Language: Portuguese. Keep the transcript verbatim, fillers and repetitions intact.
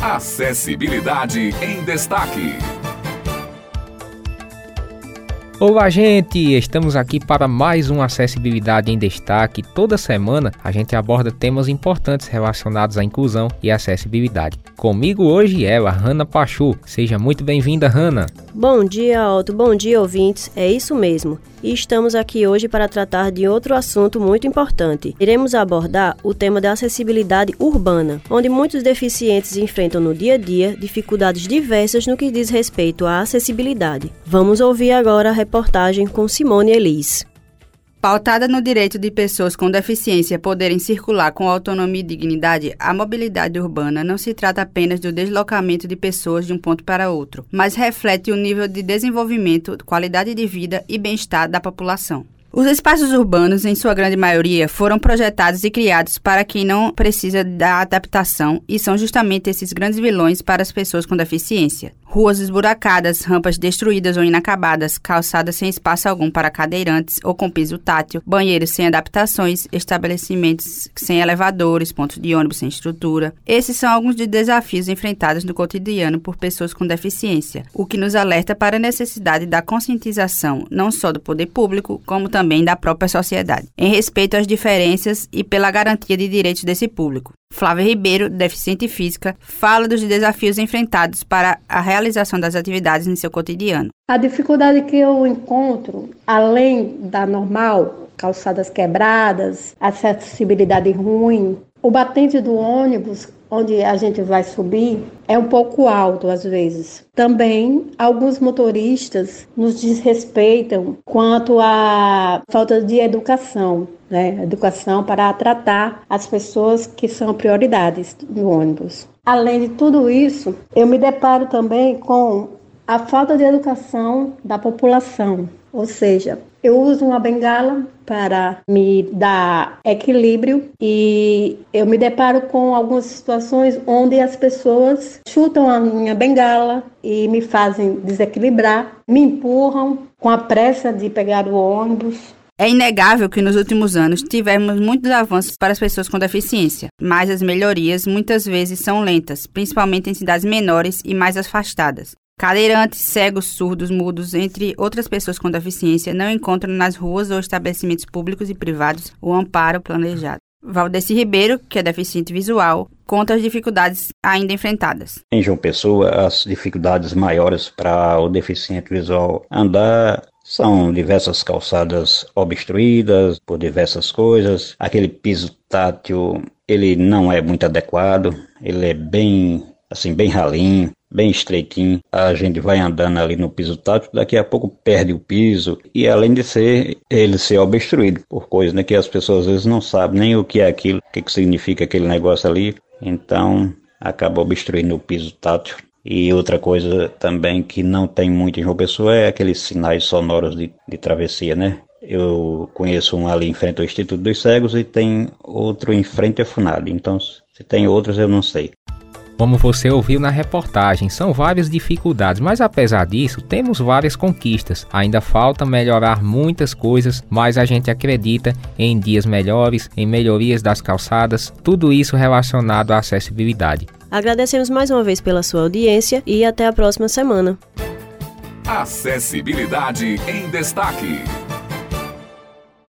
Acessibilidade em Destaque. Olá, gente! Estamos aqui para mais um Acessibilidade em Destaque. Toda semana a gente aborda temas importantes relacionados à inclusão e acessibilidade. Comigo hoje ela, Hanna Pachu. Seja muito bem-vinda, Hanna. Bom dia, Alto. Bom dia, ouvintes. É isso mesmo. E estamos aqui hoje para tratar de outro assunto muito importante. Iremos abordar o tema da acessibilidade urbana, onde muitos deficientes enfrentam no dia a dia dificuldades diversas no que diz respeito à acessibilidade. Vamos ouvir agora a reportagem com Simone Elis. Pautada no direito de pessoas com deficiência poderem circular com autonomia e dignidade, a mobilidade urbana não se trata apenas do deslocamento de pessoas de um ponto para outro, mas reflete o nível de desenvolvimento, qualidade de vida e bem-estar da população. Os espaços urbanos, em sua grande maioria, foram projetados e criados para quem não precisa da adaptação e são justamente esses grandes vilões para as pessoas com deficiência. Ruas esburacadas, rampas destruídas ou inacabadas, calçadas sem espaço algum para cadeirantes ou com piso tátil, banheiros sem adaptações, estabelecimentos sem elevadores, pontos de ônibus sem estrutura. Esses são alguns dos desafios enfrentados no cotidiano por pessoas com deficiência, o que nos alerta para a necessidade da conscientização, não só do poder público, como também da própria sociedade, em respeito às diferenças e pela garantia de direitos desse público. Flávia Ribeiro, deficiente física, fala dos desafios enfrentados para a realização das atividades em seu cotidiano. A dificuldade que eu encontro, além da normal, calçadas quebradas, acessibilidade ruim, o batente do ônibus, onde a gente vai subir, é um pouco alto às vezes. Também, alguns motoristas nos desrespeitam quanto à falta de educação, né? Educação para tratar as pessoas que são prioridades do ônibus. Além de tudo isso, eu me deparo também com a falta de educação da população. Ou seja, eu uso uma bengala para me dar equilíbrio e eu me deparo com algumas situações onde as pessoas chutam a minha bengala e me fazem desequilibrar, me empurram com a pressa de pegar o ônibus. É inegável que nos últimos anos tivemos muitos avanços para as pessoas com deficiência, mas as melhorias muitas vezes são lentas, principalmente em cidades menores e mais afastadas. Cadeirantes, cegos, surdos, mudos, entre outras pessoas com deficiência, não encontram nas ruas ou estabelecimentos públicos e privados o amparo planejado. Valdeci Ribeiro, que é deficiente visual, conta as dificuldades ainda enfrentadas. Em João Pessoa, as dificuldades maiores para o deficiente visual andar são diversas calçadas obstruídas por diversas coisas. Aquele piso tátil, ele não é muito adequado, ele é bem, assim, bem ralinho, bem estreitinho. A gente vai andando ali no piso tátil, daqui a pouco perde o piso e além de ser ele ser obstruído por coisas, né, que as pessoas às vezes não sabem nem o que é aquilo, o que, que significa aquele negócio ali, então acaba obstruindo o piso tátil. E outra coisa também que não tem muito em João Pessoa é aqueles sinais sonoros de, de travessia, né? Eu conheço um ali em frente ao Instituto dos Cegos e tem outro em frente à FUNAD, então se tem outros eu não sei. Como você ouviu na reportagem, são várias dificuldades, mas apesar disso, temos várias conquistas. Ainda falta melhorar muitas coisas, mas a gente acredita em dias melhores, em melhorias das calçadas, tudo isso relacionado à acessibilidade. Agradecemos mais uma vez pela sua audiência e até a próxima semana. Acessibilidade em Destaque.